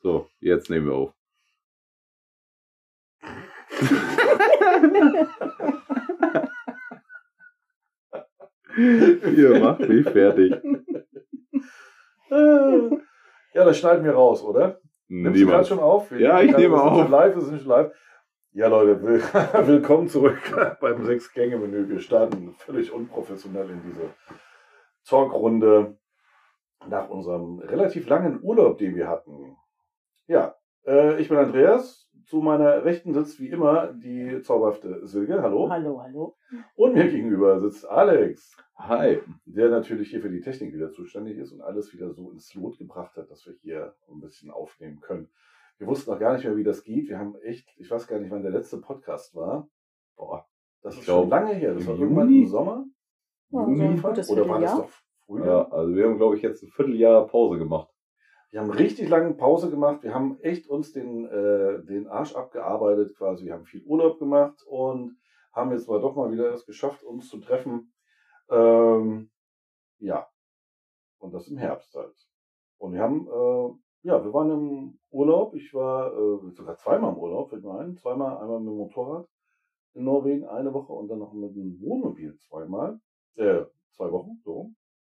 So, jetzt nehmen wir auf. Ihr macht mich fertig. Ja, das schneiden wir raus, oder? Nimmst du gerade schon auf? Ja, ich nehme auf. Wir sind schon live. Ja, Leute, willkommen zurück beim 6-Gänge-Menü. Wir starten völlig unprofessionell in diese Talkrunde nach unserem relativ langen Urlaub, den wir hatten. Ja, ich bin Andreas. Zu meiner Rechten sitzt wie immer die zauberhafte Silke. Hallo. Hallo, hallo. Und mir gegenüber sitzt Alex. Hi. Der natürlich hier für die Technik wieder zuständig ist und alles wieder so ins Lot gebracht hat, dass wir hier ein bisschen aufnehmen können. Wir wussten noch gar nicht mehr, wie das geht. Wir haben echt, ich weiß gar nicht, wann der letzte Podcast war. Boah, das ist schon lange her. Das war irgendwann im Sommer. Ja, so ein gutes Oder war das Vierteljahr. doch früher? Ja, also wir haben, glaube ich, jetzt ein Vierteljahr Pause gemacht. Wir haben richtig lange Pause gemacht. Wir haben echt uns den Arsch abgearbeitet quasi. Wir haben viel Urlaub gemacht und haben jetzt mal doch mal wieder es geschafft, uns zu treffen. Ja, und das im Herbst halt. Und wir haben, wir waren im Urlaub. Ich war sogar zweimal im Urlaub, fällt mir ein. Zweimal, einmal mit dem Motorrad in Norwegen eine Woche und dann noch mit dem Wohnmobil 2 Wochen, so.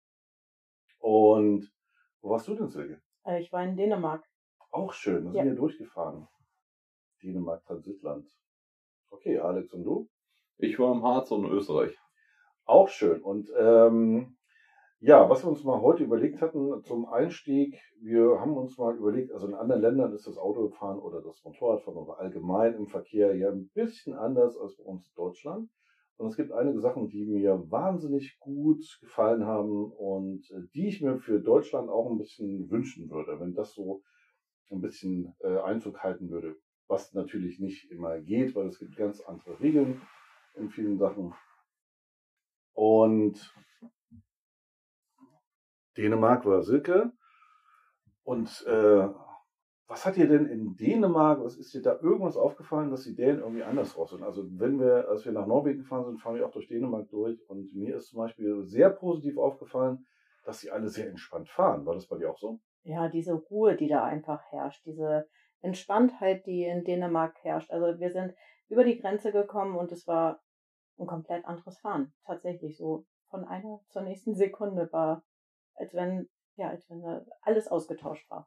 Und wo warst du denn, Silke? Ich war in Dänemark. Auch schön, da sind wir durchgefahren. Dänemark, Transitland. Okay, Alex und du? Ich war im Harz und in Österreich. Auch schön. Und was wir uns mal heute überlegt hatten zum Einstieg, wir haben uns mal überlegt, also in anderen Ländern ist das Autofahren oder das Motorradfahren oder allgemein im Verkehr ja ein bisschen anders als bei uns in Deutschland. Und es gibt einige Sachen, die mir wahnsinnig gut gefallen haben und die ich mir für Deutschland auch ein bisschen wünschen würde, wenn das so ein bisschen Einzug halten würde. Was natürlich nicht immer geht, weil es gibt ganz andere Regeln in vielen Sachen. Und Dänemark war Silke. Und was hat dir denn in Dänemark, was ist dir da irgendwas aufgefallen, dass die Dänen irgendwie anders raus sind? Also als wir nach Norwegen gefahren sind, fahren wir auch durch Dänemark durch. Und mir ist zum Beispiel sehr positiv aufgefallen, dass sie alle sehr entspannt fahren. War das bei dir auch so? Ja, diese Ruhe, die da einfach herrscht, diese Entspanntheit, die in Dänemark herrscht. Also wir sind über die Grenze gekommen und es war ein komplett anderes Fahren. Tatsächlich so von einer zur nächsten Sekunde war, als wenn alles ausgetauscht war.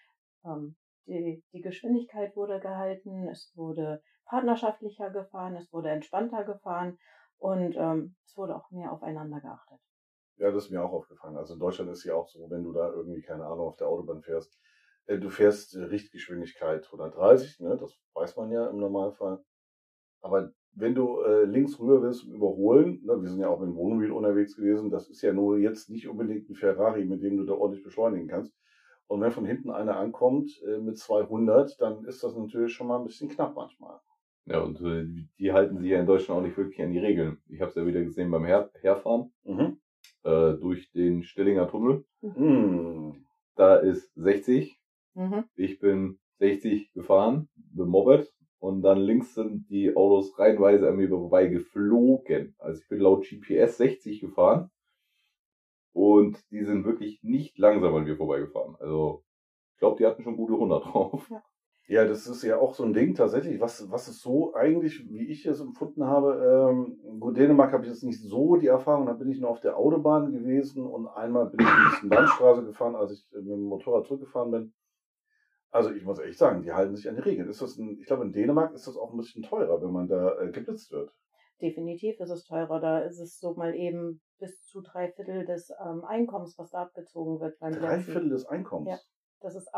Die Geschwindigkeit wurde gehalten, es wurde partnerschaftlicher gefahren, es wurde entspannter gefahren und es wurde auch mehr aufeinander geachtet. Ja, das ist mir auch aufgefallen. Also in Deutschland ist ja auch so, wenn du da irgendwie, keine Ahnung, auf der Autobahn fährst, du fährst Richtgeschwindigkeit 130, ne, das weiß man ja im Normalfall. Aber wenn du links rüber willst zum Überholen, ne, wir sind ja auch mit dem Wohnmobil unterwegs gewesen, das ist ja nur jetzt nicht unbedingt ein Ferrari, mit dem du da ordentlich beschleunigen kannst. Und wenn von hinten einer ankommt mit 200, dann ist das natürlich schon mal ein bisschen knapp manchmal. Ja, und die halten sich ja in Deutschland auch nicht wirklich an die Regeln. Ich habe es ja wieder gesehen beim Herfahren durch den Stillinger Tunnel. Mhm. Da ist 60. Mhm. Ich bin 60 gefahren mit dem Moped. Und dann links sind die Autos reihenweise an mir vorbei geflogen. Also ich bin laut GPS 60 gefahren. Und die sind wirklich nicht langsam an mir vorbeigefahren. Also ich glaube, die hatten schon gute 100 drauf. Ja, das ist ja auch so ein Ding tatsächlich, was ist so eigentlich, wie ich es empfunden habe, gut, Dänemark habe ich jetzt nicht so die Erfahrung, da bin ich nur auf der Autobahn gewesen und einmal bin ich ein bisschen Landstraße gefahren, als ich mit dem Motorrad zurückgefahren bin. Also ich muss echt sagen, die halten sich an die Regeln. Ich glaube, in Dänemark ist das auch ein bisschen teurer, wenn man da geblitzt wird. Definitiv ist es teurer. Da ist es so mal eben bis zu 3/4 des Einkommens, was da abgezogen wird beim Blitzen. 3/4 des Einkommens? Ja, das ist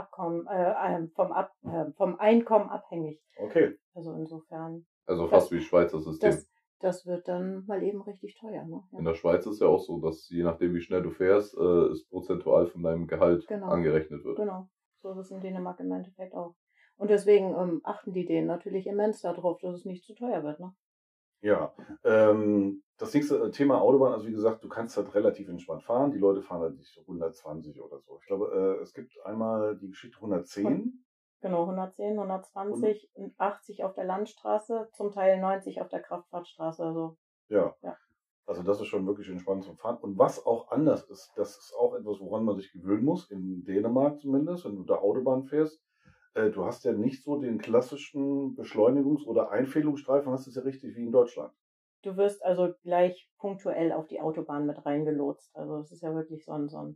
vom Einkommen abhängig. Okay. Also insofern. Also fast wie Schweizer System. Das wird dann mal eben richtig teuer. Ne? Ja. In der Schweiz ist ja auch so, dass je nachdem wie schnell du fährst, es prozentual von deinem Gehalt angerechnet wird. Genau, so ist es in Dänemark im Endeffekt auch. Und deswegen achten die Dänen natürlich immens darauf, dass es nicht zu teuer wird. Ne? Ja, das nächste Thema Autobahn, also wie gesagt, du kannst halt relativ entspannt fahren. Die Leute fahren halt nicht so 120 oder so. Ich glaube, es gibt einmal die Geschichte 110. Genau, 110, 120 und 80 auf der Landstraße, zum Teil 90 auf der Kraftfahrtstraße. Also, ja. Also das ist schon wirklich entspannt zum Fahren. Und was auch anders ist, das ist auch etwas, woran man sich gewöhnen muss, in Dänemark zumindest, wenn du da Autobahn fährst. du hast ja nicht so den klassischen Beschleunigungs- oder Einfädelungsstreifen, hast du es ja richtig wie in Deutschland. Du wirst also gleich punktuell auf die Autobahn mit reingelotst. Also es ist ja wirklich so ein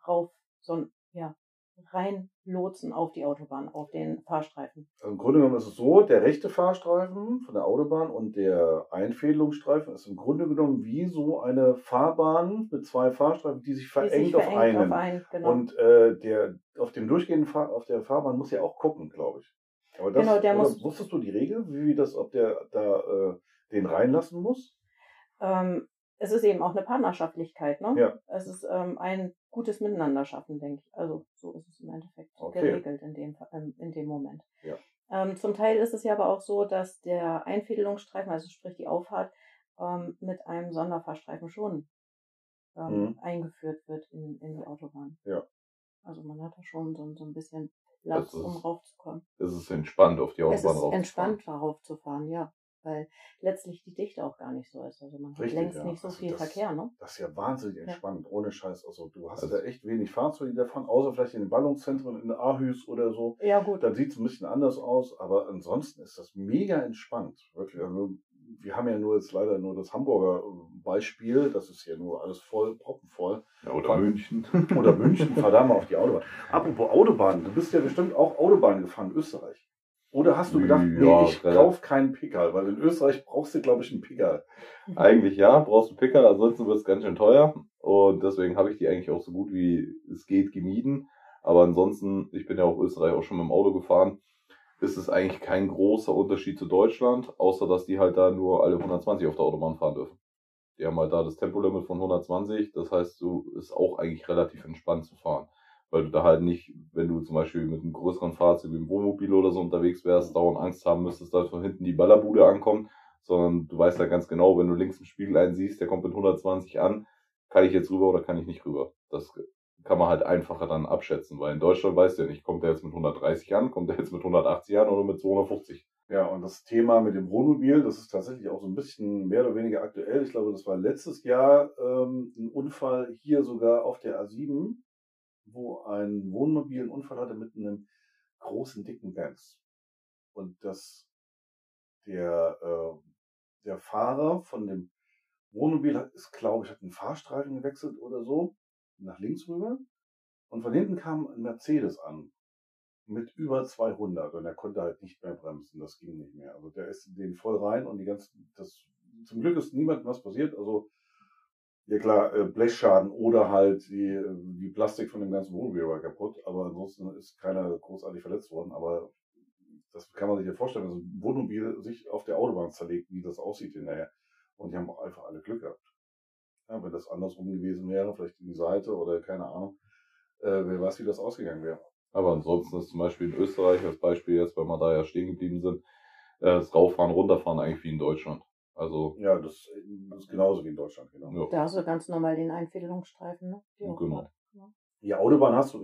reinlotsen auf die Autobahn, auf den Fahrstreifen. Also im Grunde genommen ist es so, der rechte Fahrstreifen von der Autobahn und der Einfädelungsstreifen ist im Grunde genommen wie so eine Fahrbahn mit 2 Fahrstreifen, die sich verengt auf einen. Genau. Und der auf dem durchgehenden auf der Fahrbahn muss ja auch gucken, glaube ich. Aber das, Genau, der oder muss. wusstest du die Regel, wie das, ob der da den reinlassen muss? Es ist eben auch eine Partnerschaftlichkeit, ne? Ja. Es ist ein gutes Miteinander schaffen, denke ich. Also so ist es im Endeffekt geregelt in dem Moment. Ja. Zum Teil ist es ja aber auch so, dass der Einfädelungsstreifen, also sprich die Auffahrt, mit einem Sonderfahrstreifen schon eingeführt wird in die Autobahn. Ja. Also man hat da schon so ein bisschen Platz, um raufzukommen. Es ist entspannt, auf die Autobahn raufzufahren. Es ist entspannt, darauf zu fahren, ja. Weil letztlich die Dichte auch gar nicht so ist. Also man hat längst nicht so viel Verkehr, ne? Das ist ja wahnsinnig entspannt, ohne Scheiß. Also du hast da echt wenig Fahrzeuge, die davon, außer vielleicht in den Ballungszentren, in Aarhus oder so. Ja, gut. Dann sieht es ein bisschen anders aus, aber ansonsten ist das mega entspannt. Wirklich. Also, wir haben ja jetzt leider nur das Hamburger Beispiel, das ist ja nur alles voll, proppenvoll. Ja, oder München. Oder München, fahr da mal auf die Autobahn. Apropos Autobahn, du bist ja bestimmt auch Autobahn gefahren in Österreich. Oder hast du gedacht, nee, ich kauf keinen Pickerl, weil in Österreich brauchst du, glaube ich, einen Pickerl. Eigentlich ja, brauchst du Pickerl, ansonsten wird es ganz schön teuer. Und deswegen habe ich die eigentlich auch so gut wie es geht gemieden. Aber ansonsten, ich bin ja auch Österreich auch schon mit dem Auto gefahren, ist es eigentlich kein großer Unterschied zu Deutschland, außer dass die halt da nur alle 120 auf der Autobahn fahren dürfen. Die haben halt da das Tempolimit von 120, das heißt, ist auch eigentlich relativ entspannt zu fahren. Weil du da halt nicht, wenn du zum Beispiel mit einem größeren Fahrzeug wie einem Wohnmobil oder so unterwegs wärst, dauernd Angst haben müsstest, dass von hinten die Ballerbude ankommt, sondern du weißt ja ganz genau, wenn du links im Spiegel einen siehst, der kommt mit 120 an, kann ich jetzt rüber oder kann ich nicht rüber. Das kann man halt einfacher dann abschätzen, weil in Deutschland weißt du ja nicht, kommt der jetzt mit 130 an, kommt der jetzt mit 180 an oder mit 250. Ja, und das Thema mit dem Wohnmobil, das ist tatsächlich auch so ein bisschen mehr oder weniger aktuell. Ich glaube, das war letztes Jahr ein Unfall hier sogar auf der A7, wo ein Wohnmobil einen Unfall hatte mit einem großen, dicken Benz. Und der Fahrer von dem Wohnmobil hat einen Fahrstreifen gewechselt oder so, nach links rüber. Und von hinten kam ein Mercedes an mit über 200 und er konnte halt nicht mehr bremsen, das ging nicht mehr. Also der ist in den voll rein und zum Glück ist niemandem was passiert, also ja klar, Blechschaden oder halt die Plastik von dem ganzen Wohnmobil war kaputt, aber ansonsten ist keiner großartig verletzt worden, aber das kann man sich ja vorstellen, dass ein Wohnmobil sich auf der Autobahn zerlegt, wie das aussieht hinterher. Und die haben auch einfach alle Glück gehabt. Ja, wenn das andersrum gewesen wäre, vielleicht in die Seite oder keine Ahnung, wer weiß, wie das ausgegangen wäre. Aber ansonsten ist zum Beispiel in Österreich als Beispiel jetzt, weil wir da ja stehen geblieben sind, das Rauffahren, Runterfahren eigentlich wie in Deutschland. Also ja, das ist genauso wie in Deutschland, genau. Ja. Da hast du ganz normal den Einfädelungsstreifen, ne? Genau. Die Autobahn hast du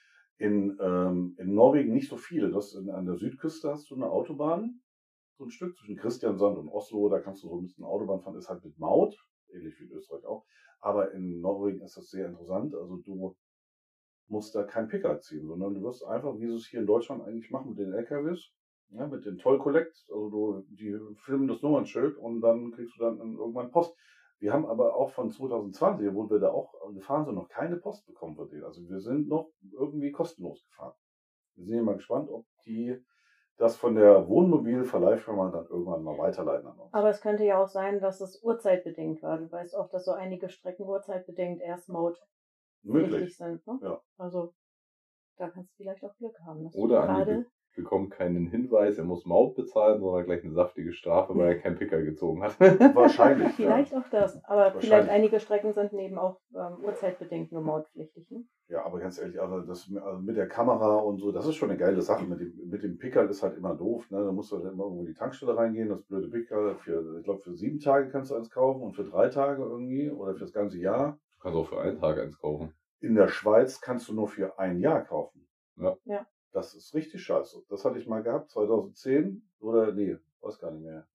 in Norwegen nicht so viele. An der Südküste hast du eine Autobahn, so ein Stück zwischen Kristiansand und Oslo, da kannst du so ein bisschen Autobahn fahren, ist halt mit Maut, ähnlich wie in Österreich auch. Aber in Norwegen ist das sehr interessant. Also du musst da kein Pickup ziehen, sondern du wirst einfach, wie sie es hier in Deutschland eigentlich machen mit den LKWs, ja, mit den Toll Collect, also die filmen das Nummernschild und dann kriegst du dann irgendwann Post. Wir haben aber auch von 2020, wo wir da auch gefahren sind, noch keine Post bekommen von denen. Also wir sind noch irgendwie kostenlos gefahren. Wir sind ja mal gespannt, ob die das von der Wohnmobilverleihfirma dann irgendwann mal weiterleiten an uns. Aber es könnte ja auch sein, dass es uhrzeitbedingt war. Du weißt auch, dass so einige Strecken uhrzeitbedingt erst pflichtig sind. Ne? Ja. Also da kannst du vielleicht auch Glück haben. Dass oder Andi bekommt keinen Hinweis, er muss Maut bezahlen, sondern gleich eine saftige Strafe, weil er keinen Picker gezogen hat. Wahrscheinlich. Vielleicht auch das. Aber vielleicht einige Strecken sind eben auch uhrzeitbedingt nur mautpflichtig. Ne? Ja, aber ganz ehrlich, also mit der Kamera und so, das ist schon eine geile Sache. Mit dem Pickerl ist halt immer doof. Ne? Da musst du halt immer irgendwo in die Tankstelle reingehen. Das blöde Pickerl, ich glaube, für 7 Tage kannst du eins kaufen und für 3 Tage irgendwie oder für das ganze Jahr. Du kannst auch für einen Tag eins kaufen. In der Schweiz kannst du nur für ein Jahr kaufen. Ja. Das ist richtig scheiße. Das hatte ich mal gehabt, 2010 oder weiß gar nicht mehr.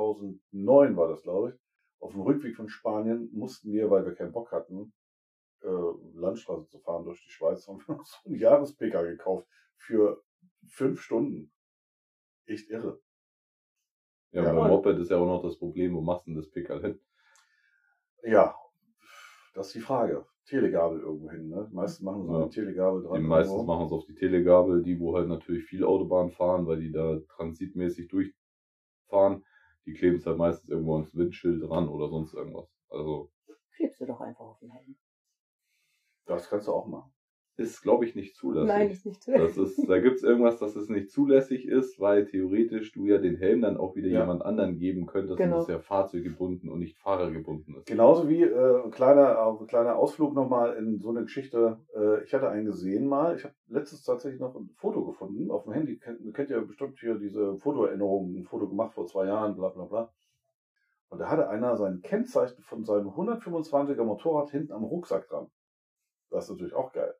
2009 war das, glaube ich. Auf dem Rückweg von Spanien mussten wir, weil wir keinen Bock hatten, Landstraße zu fahren durch die Schweiz, haben wir uns so einen Jahrespicker gekauft für 5 Stunden. Echt irre. Ja, Ja. beim Moped ist ja auch noch das Problem, wo machst du denn das Pickerl hin? Ja, das ist die Frage. Telegabel irgendwo hin, ne? Die meisten machen so Ja. eine Telegabel dran. Die meistens irgendwo. machen es auf die Telegabel, die wo halt natürlich viel Autobahn fahren, weil die da transitmäßig durchfahren. Die kleben es halt meistens irgendwo ans Windschild dran oder sonst irgendwas. Also Klebst du doch einfach auf den Helm. Das kannst du auch machen. ist, glaube ich, nicht zulässig. Nein, ist nicht so. Da gibt's irgendwas, dass es nicht zulässig ist, weil theoretisch du ja den Helm dann auch wieder Ja. jemand anderen geben könntest Genau. und das ja fahrzeuggebunden und nicht fahrergebunden ist. Genauso wie ein kleiner Ausflug nochmal in so eine Geschichte. Ich hatte einen gesehen mal. Ich habe letztens tatsächlich noch ein Foto gefunden auf dem Handy. Kennt ihr bestimmt hier diese Fotoerinnerungen. Ein Foto gemacht vor 2 Jahren, bla bla bla. Und da hatte einer sein Kennzeichen von seinem 125er Motorrad hinten am Rucksack dran. Das ist natürlich auch geil.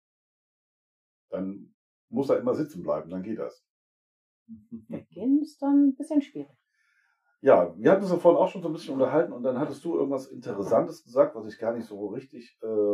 Dann muss er immer sitzen bleiben, dann geht das. Weggehen ist dann ein bisschen schwierig. Ja, wir hatten uns ja vorhin auch schon so ein bisschen unterhalten und dann hattest du irgendwas Interessantes gesagt, was ich gar nicht so richtig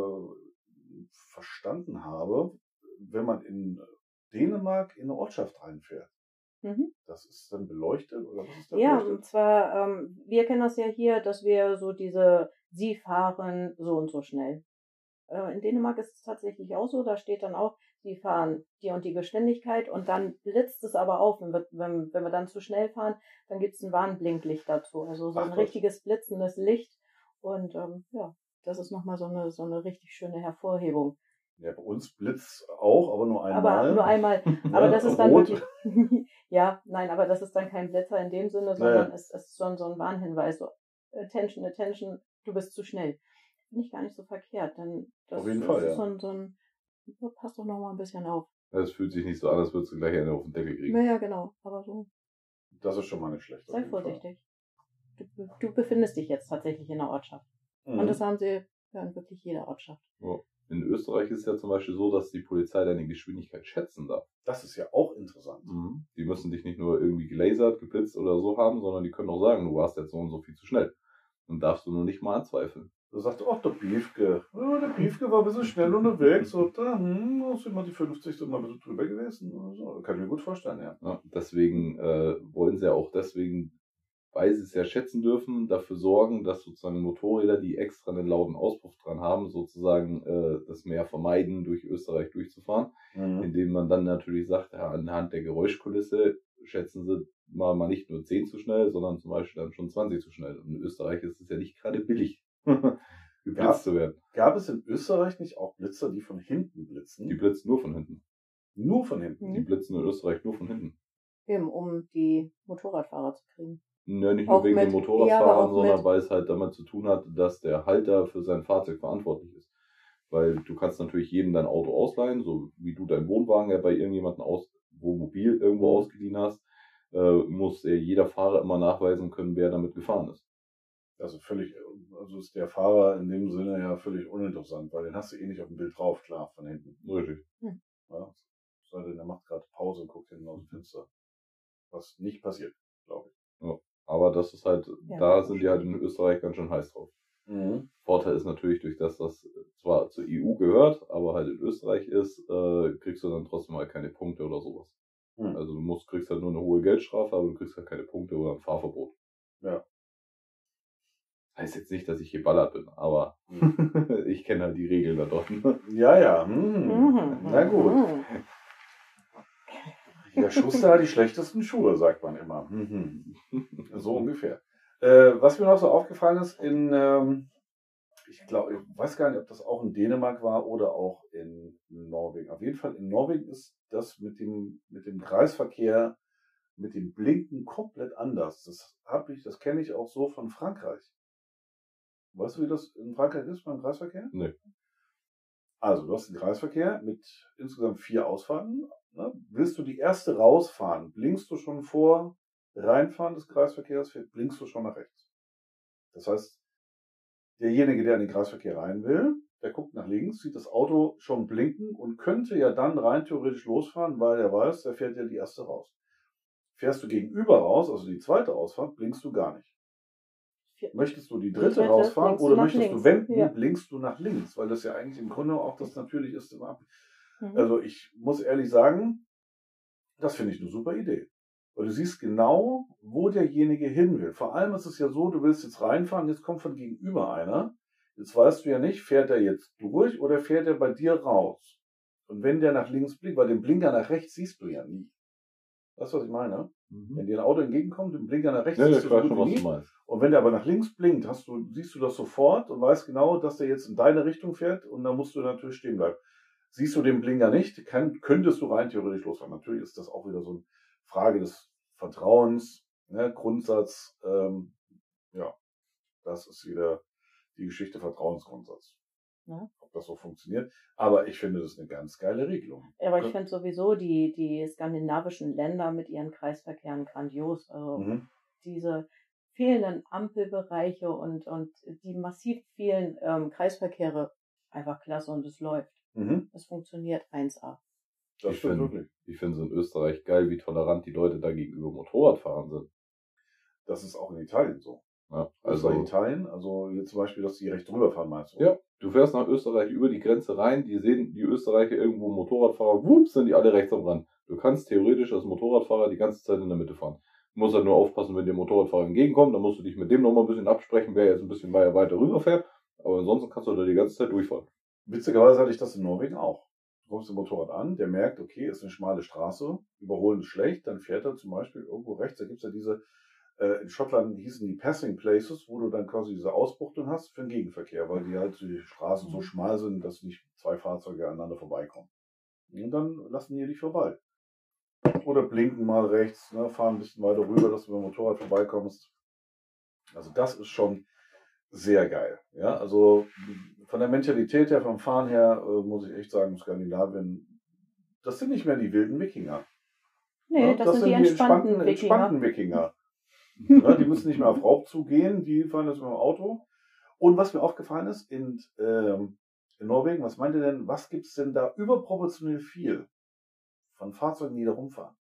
verstanden habe. Wenn man in Dänemark in eine Ortschaft reinfährt, Mhm. das ist dann beleuchtet oder was ist da Ja, beleuchtet? und zwar, wir kennen das ja hier, dass wir so sie fahren so und so schnell. In Dänemark ist es tatsächlich auch so, da steht dann auch, sie fahren die und die Geschwindigkeit und dann blitzt es aber auf. Wenn wir dann zu schnell fahren, dann gibt es ein Warnblinklicht dazu. Also so Ach ein was. richtiges blitzendes Licht. Und ja, das ist nochmal so eine richtig schöne Hervorhebung. Ja, bei uns blitzt auch, aber nur einmal. Aber nur einmal. Ja, Aber das ist dann rot. wirklich, ja, nein, aber das ist dann kein Blitzer in dem Sinne, sondern es ist so ein Warnhinweis. So, Attention, attention, du bist zu schnell. Finde ich gar nicht so verkehrt, denn das Auf jeden ist Fall, ja. so ein passt doch noch mal ein bisschen auf. Es fühlt sich nicht so an, als würdest du gleich eine auf den Deckel kriegen. Naja, genau, aber so, Das ist schon mal nicht schlecht. auf sei jeden Fall. vorsichtig. Du befindest dich jetzt tatsächlich in der Ortschaft. Mhm. Und das haben sie ja in wirklich jeder Ortschaft. Ja. In Österreich ist es ja zum Beispiel so, dass die Polizei deine Geschwindigkeit schätzen darf. Das ist ja auch interessant. Die müssen dich nicht nur irgendwie gelasert, geblitzt oder so haben, sondern die können auch sagen, du warst jetzt so und so viel zu schnell. Dann darfst du nur nicht mal anzweifeln. Da sagt er, ach, der Piefke. Ja, der Piefke war ein bisschen schnell unterwegs. Und da sind mal die 50 sind mal ein bisschen drüber gewesen. Also, kann ich mir gut vorstellen, ja. Ja, deswegen wollen sie ja auch deswegen, weil sie es ja schätzen dürfen, dafür sorgen, dass sozusagen Motorräder, die extra einen lauten Auspuff dran haben, sozusagen das mehr vermeiden, durch Österreich durchzufahren. Indem man dann natürlich sagt, ja, anhand der Geräuschkulisse schätzen sie mal nicht nur 10 zu schnell, sondern zum Beispiel dann schon 20 zu schnell. Und in Österreich ist es ja nicht gerade billig, geblitzt zu werden. Gab es in Österreich nicht auch Blitzer, die von hinten blitzen? Die blitzen nur von hinten. Nur von hinten. Die blitzen in Österreich nur von hinten. Eben, um die Motorradfahrer zu kriegen. Ja, nicht nur Auch wegen mit- dem ja, aber Motorradfahren, auch sondern mit- weil es halt damit zu tun hat, dass der Halter für sein Fahrzeug verantwortlich ist. Weil du kannst natürlich jedem dein Auto ausleihen, so wie du deinen Wohnwagen ja bei irgendjemandem Wohnmobil irgendwo ausgeliehen hast, muss jeder Fahrer immer nachweisen können, wer damit gefahren ist. Also ist der Fahrer in dem Sinne ja völlig uninteressant, weil den hast du eh nicht auf dem Bild drauf, klar, von hinten. Richtig. Ja, sei denn, der macht gerade Pause und guckt hinten aus dem Fenster. Was nicht passiert, glaube ich. Aber das ist halt, Ja, da das sind die halt in Österreich ganz schön heiß drauf. Vorteil ist natürlich, durch das zwar zur EU gehört, aber halt in Österreich ist, kriegst du dann trotzdem halt keine Punkte oder sowas. Mhm. Also kriegst halt nur eine hohe Geldstrafe, aber du kriegst halt keine Punkte oder ein Fahrverbot. Ja. Heißt jetzt nicht, dass ich geballert bin, aber ich kenne halt die Regeln da dort. Ja, ja. Mhm. Na gut. Mhm. Der Schuster hat die schlechtesten Schuhe, sagt man immer. So ungefähr. Was mir noch so aufgefallen ist, ich weiß gar nicht, ob das auch in Dänemark war oder auch in Norwegen. Auf jeden Fall in Norwegen ist das mit dem Kreisverkehr, mit dem Blinken komplett anders. Das kenne ich auch so von Frankreich. Weißt du, wie das in Frankreich ist beim Kreisverkehr? Nee. Also, du hast den Kreisverkehr mit insgesamt 4 Ausfahrten. Ne? Willst du die erste rausfahren, blinkst du schon vor Reinfahren des Kreisverkehrs, blinkst du schon nach rechts. Das heißt, derjenige, der in den Kreisverkehr rein will, der guckt nach links, sieht das Auto schon blinken und könnte ja dann rein theoretisch losfahren, weil er weiß, der fährt ja die erste raus. Fährst du gegenüber raus, also die zweite Ausfahrt, blinkst du gar nicht. Möchtest du die dritte dritte, rausfahren blinkst du oder nach möchtest links. du wenden, Ja. blinkst du nach links, weil das ja eigentlich im Grunde auch das natürlich ist. Mhm. Also ich muss ehrlich sagen, Das finde ich eine super Idee. Weil du siehst genau, wo derjenige hin will. Vor allem ist es ja so, du willst jetzt reinfahren, jetzt kommt von gegenüber einer. Jetzt weißt du ja nicht, fährt er jetzt durch oder fährt er bei dir raus? Und wenn der nach links blinkt, weil den Blinker nach rechts siehst du ja nie. Weißt du, was ich meine? Wenn dir ein Auto entgegenkommt, den Blinker nach rechts siehst ich du weiß so schon, gut was wie du nie. meinst. Und wenn der aber nach links blinkt, siehst du das sofort und weißt genau, dass der jetzt in deine Richtung fährt und dann musst du natürlich stehen bleiben. Siehst du den Blinker nicht, könntest du rein theoretisch losfahren. Natürlich ist das auch wieder so eine Frage des Vertrauens, ne, Grundsatz, ja, das ist wieder die Geschichte Vertrauensgrundsatz. Ja. Ob das so funktioniert. Aber ich finde, das ist eine ganz geile Regelung. Aber ich finde sowieso die skandinavischen Länder mit ihren Kreisverkehren grandios. Also diese fehlenden Ampelbereiche und die massiv vielen Kreisverkehre einfach klasse und es läuft. Es funktioniert 1A. Das stimmt wirklich. Ich finde es in Österreich geil, wie tolerant die Leute da gegenüber Motorradfahren sind. Das ist auch in Italien so. Ja, Also in Italien, also jetzt zum Beispiel, dass die rechts rüberfahren, meinst du? Ja, du fährst nach Österreich über die Grenze rein, die sehen die Österreicher irgendwo Motorradfahrer, wups, sind die alle rechts am Rand. Du kannst theoretisch als Motorradfahrer die ganze Zeit in der Mitte fahren. Du musst halt nur aufpassen, wenn dir Motorradfahrer entgegenkommt, dann musst du dich mit dem nochmal ein bisschen absprechen, wer jetzt ein bisschen weiter rüberfährt. Aber ansonsten kannst du da die ganze Zeit durchfahren. Witzigerweise hatte ich das in Norwegen auch. Du kommst im Motorrad an, der merkt, okay, ist eine schmale Straße, überholen ist schlecht, dann fährt er zum Beispiel irgendwo rechts, da gibt's ja diese, in Schottland hießen die Passing Places, wo du dann quasi diese Ausbuchtung hast für den Gegenverkehr, weil die halt die Straßen so schmal sind, dass nicht zwei Fahrzeuge aneinander vorbeikommen. Und dann lassen die dich vorbei. Oder blinken mal rechts, ne, fahren ein bisschen weiter rüber, dass du mit dem Motorrad vorbeikommst. Also das ist schon sehr geil. Ja, also von der Mentalität her, vom Fahren her, muss ich echt sagen, Skandinavien, das sind nicht mehr die wilden Wikinger. Nee, ja, das sind die entspannten Wikinger. Ja, die müssen nicht mehr auf Raubzug gehen, die fahren jetzt mit dem Auto. Und was mir aufgefallen ist, in Norwegen, was meint ihr denn, was gibt es denn da überproportional viel von Fahrzeugen, die da rumfahren?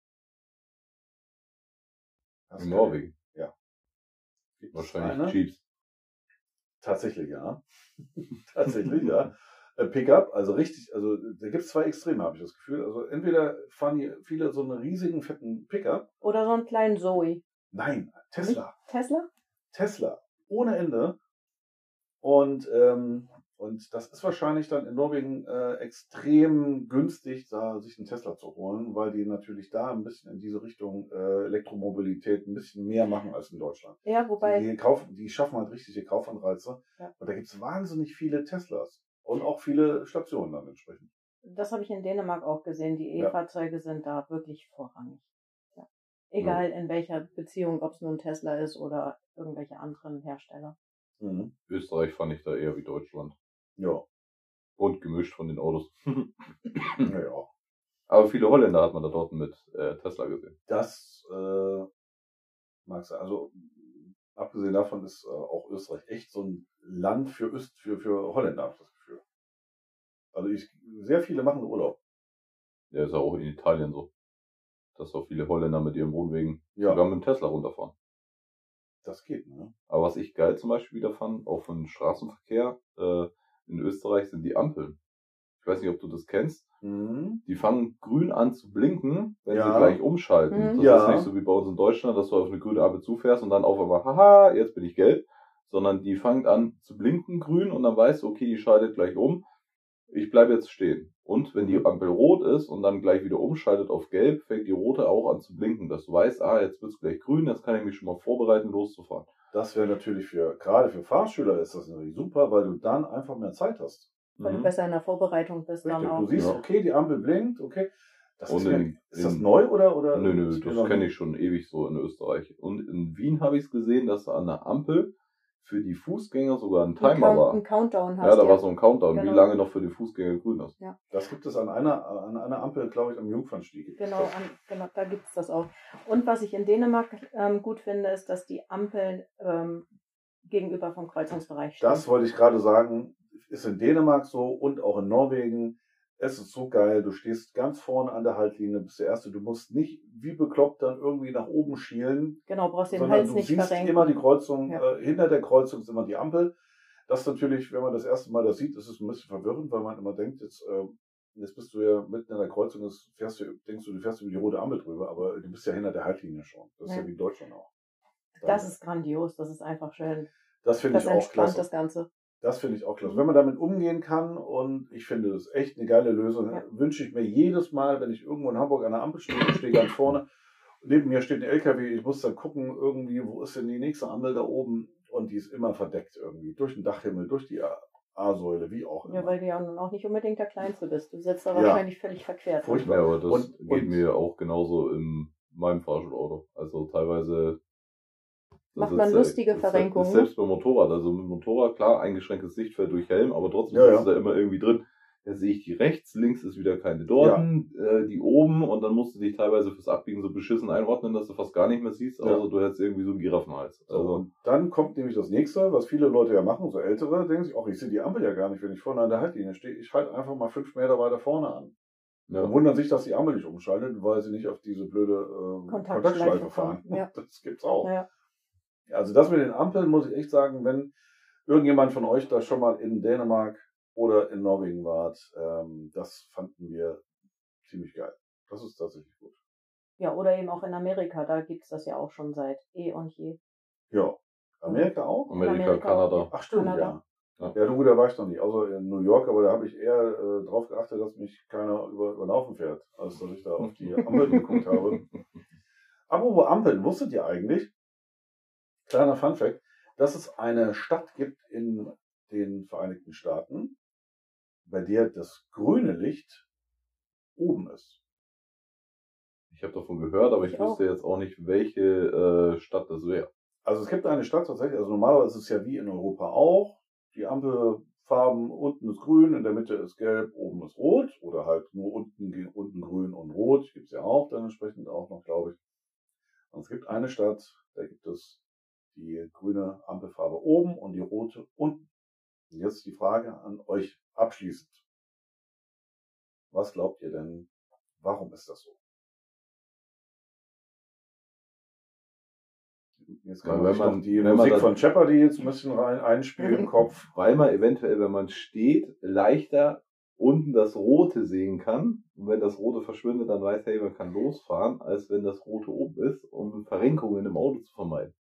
In Norwegen? Ja. Wahrscheinlich Jeeps. Tatsächlich, ja. Tatsächlich, ja. Pickup, also richtig, also da gibt es zwei Extreme, habe ich das Gefühl. Also entweder fahren hier viele so einen riesigen, fetten Pickup. Oder so einen kleinen Zoe. Nein, Tesla. Nicht Tesla? Tesla. Ohne Ende. Und das ist wahrscheinlich dann in Norwegen extrem günstig, da sich einen Tesla zu holen, weil die natürlich da ein bisschen in diese Richtung Elektromobilität ein bisschen mehr machen als in Deutschland. Ja, wobei. Die schaffen halt richtige Kaufanreize. Ja. Und da gibt es wahnsinnig viele Teslas. Und auch viele Stationen dann entsprechend. Das habe ich in Dänemark auch gesehen. Die E-Fahrzeuge sind da wirklich vorrangig. Ja. Egal in welcher Beziehung, ob es nun Tesla ist oder irgendwelche anderen Hersteller. Österreich fand ich da eher wie Deutschland. Ja. Und gemischt von den Autos. Ja. Aber viele Holländer hat man da dort mit Tesla gesehen. Das mag sein. Also abgesehen davon ist auch Österreich echt so ein Land für Holländer, habe ich das Gefühl. Also sehr viele machen Urlaub. Ja, ist ja auch in Italien so. Dass auch viele Holländer mit ihren Wohnwegen Ja. sogar mit dem Tesla runterfahren. Das geht, ne? Aber was ich geil zum Beispiel wieder fand, auch für den Straßenverkehr, in Österreich sind die Ampeln. Ich weiß nicht, ob du das kennst. Die fangen grün an zu blinken, wenn sie gleich umschalten. Das ist nicht so wie bei uns in Deutschland, dass du auf eine grüne Ampel zufährst und dann auf einmal, haha, jetzt bin ich gelb. Sondern die fangen an zu blinken grün und dann weißt du, okay, die schaltet gleich um. Ich bleibe jetzt stehen. Und wenn die Ampel rot ist und dann gleich wieder umschaltet auf gelb, fängt die rote auch an zu blinken, dass du weißt, jetzt wird's gleich grün, jetzt kann ich mich schon mal vorbereiten, loszufahren. Das wäre natürlich gerade für Fahrschüler ist das natürlich super, weil du dann einfach mehr Zeit hast. Weil du besser in der Vorbereitung bist. Richtig. Dann auch. Du siehst, okay, die Ampel blinkt, okay. Und ist das neu oder? Nö, das kenne ich schon ewig so in Österreich. Und in Wien habe ich es gesehen, dass an der Ampel für die Fußgänger sogar ein Timer war. Ein Countdown hast. Ja, da war so ein Countdown, genau. wie lange noch für die Fußgänger grün ist. Ja. Das gibt es an einer Ampel, glaube ich, am Jungfernstieg. Genau, da gibt es das auch. Und was ich in Dänemark gut finde, ist, dass die Ampeln gegenüber vom Kreuzungsbereich stehen. Das wollte ich gerade sagen, ist in Dänemark so und auch in Norwegen. Es ist so geil, du stehst ganz vorne an der Haltlinie, bist der Erste. Du musst nicht wie bekloppt dann irgendwie nach oben schielen. Genau, brauchst den Hals nicht verrenken. Du siehst immer die Kreuzung, hinter der Kreuzung ist immer die Ampel. Das natürlich, wenn man das erste Mal das sieht, ist es ein bisschen verwirrend, weil man immer denkt, jetzt jetzt bist du ja mitten in der Kreuzung, denkst du, du fährst über die rote Ampel drüber, aber du bist ja hinter der Haltlinie schon. Das ist ja wie in Deutschland auch. Das ist grandios, das ist einfach schön. Das finde ich auch klasse. Das Ganze. Das finde ich auch klasse. Wenn man damit umgehen kann, und ich finde das echt eine geile Lösung, wünsche ich mir jedes Mal, wenn ich irgendwo in Hamburg an der Ampel stehe, ich stehe ganz vorne, neben mir steht ein LKW, ich muss dann gucken, irgendwie, wo ist denn die nächste Ampel da oben? Und die ist immer verdeckt irgendwie, durch den Dachhimmel, durch die A-Säule, wie auch immer. Ja, weil du ja nun auch nicht unbedingt der Kleinste bist. Du sitzt da wahrscheinlich völlig verquert. Furchtbar, aber das geht mir auch genauso in meinem Fahrschulauto. Also teilweise macht man lustige Verrenkungen. Selbst beim Motorrad. Also mit dem Motorrad, klar, eingeschränktes Sichtfeld durch Helm, aber trotzdem ist da immer irgendwie drin. Da sehe ich die rechts, links ist wieder keine dort, die oben, und dann musst du dich teilweise fürs Abbiegen so beschissen einordnen, dass du fast gar nicht mehr siehst, außer du hättest irgendwie so einen Giraffenhals. Also. Und dann kommt nämlich das nächste, was viele Leute ja machen, so Ältere, denken sich, ich sehe die Ampel ja gar nicht, wenn ich vorne an der Haltlinie stehe. Ich halte einfach mal 5 Meter weiter vorne an. Ja. Und wundern sich, dass die Ampel nicht umschaltet, weil sie nicht auf diese blöde Kontaktschleife fahren. Ja. Das gibt's auch. Ja. Also das mit den Ampeln, muss ich echt sagen, wenn irgendjemand von euch da schon mal in Dänemark oder in Norwegen wart, das fanden wir ziemlich geil. Das ist tatsächlich gut. Ja, oder eben auch in Amerika, da gibt's das ja auch schon seit eh und je. Ja. Amerika auch? Amerika, Kanada. Ach stimmt, Kanada. Ja, du, da war ich noch nicht, außer in New York, aber da habe ich eher drauf geachtet, dass mich keiner überlaufen fährt, als dass ich da auf die Ampeln geguckt habe. Apropos Ampeln, wusstet ihr eigentlich, kleiner Funfact, dass es eine Stadt gibt in den Vereinigten Staaten, bei der das grüne Licht oben ist? Ich habe davon gehört, aber ich wüsste jetzt auch nicht, welche Stadt das wäre. Also es gibt eine Stadt tatsächlich, also normalerweise ist es ja wie in Europa auch, die Ampelfarben, unten ist grün, in der Mitte ist gelb, oben ist rot, oder halt nur unten grün und rot, gibt es ja auch dann entsprechend auch noch, glaube ich. Und es gibt eine Stadt, da gibt es die grüne Ampelfarbe oben und die rote unten. Und jetzt die Frage an euch abschließend. Was glaubt ihr denn, warum ist das so? Jetzt kann man die Musik von Jeopardy jetzt ein bisschen einspielen im Kopf. Weil man eventuell, wenn man steht, leichter unten das Rote sehen kann. Und wenn das Rote verschwindet, dann weiß hey, man kann losfahren, als wenn das Rote oben ist, um Verrenkungen im Auto zu vermeiden.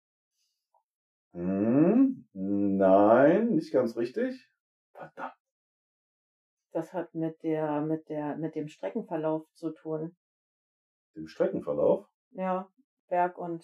Nein, nicht ganz richtig. Verdammt. Das hat mit dem Streckenverlauf zu tun. Dem Streckenverlauf? Ja, Berg und...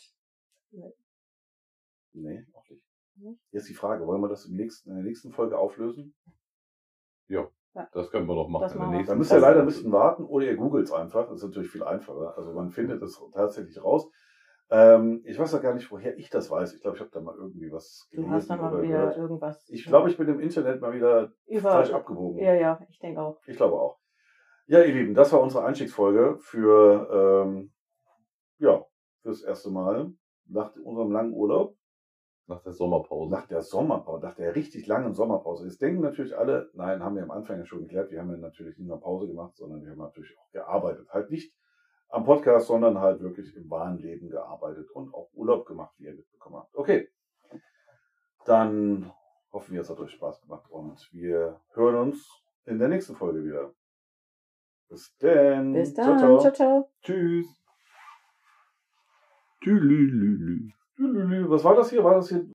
Nee, auch nicht. Jetzt die Frage, wollen wir das in der nächsten Folge auflösen? Ja, das können wir doch machen. Dann müsst ihr leider ein bisschen warten oder ihr googelt es einfach. Das ist natürlich viel einfacher. Also man findet es tatsächlich raus. Ich weiß auch gar nicht, woher ich das weiß. Ich glaube, ich habe da mal irgendwie was gelesen. Du hast da mal wieder irgendwas. Ich glaube, ich bin im Internet mal wieder falsch abgebogen. Ja, ich denke auch. Ich glaube auch. Ja, ihr Lieben, das war unsere Einstiegsfolge für fürs erste Mal nach unserem langen Urlaub. Nach der Sommerpause. Nach der richtig langen Sommerpause. Jetzt denken natürlich alle, nein, haben wir am Anfang ja schon geklärt, wir haben ja natürlich nicht nur Pause gemacht, sondern wir haben natürlich auch gearbeitet. Halt nicht am Podcast, sondern halt wirklich im wahren Leben gearbeitet und auch Urlaub gemacht, wie ihr mitbekommen habt. Okay, dann hoffen wir, es hat euch Spaß gemacht und wir hören uns in der nächsten Folge wieder. Bis dann. Bis dann. Ciao, ciao. Ciao. Tschüss. Tülülülü. Was war das hier? War das hier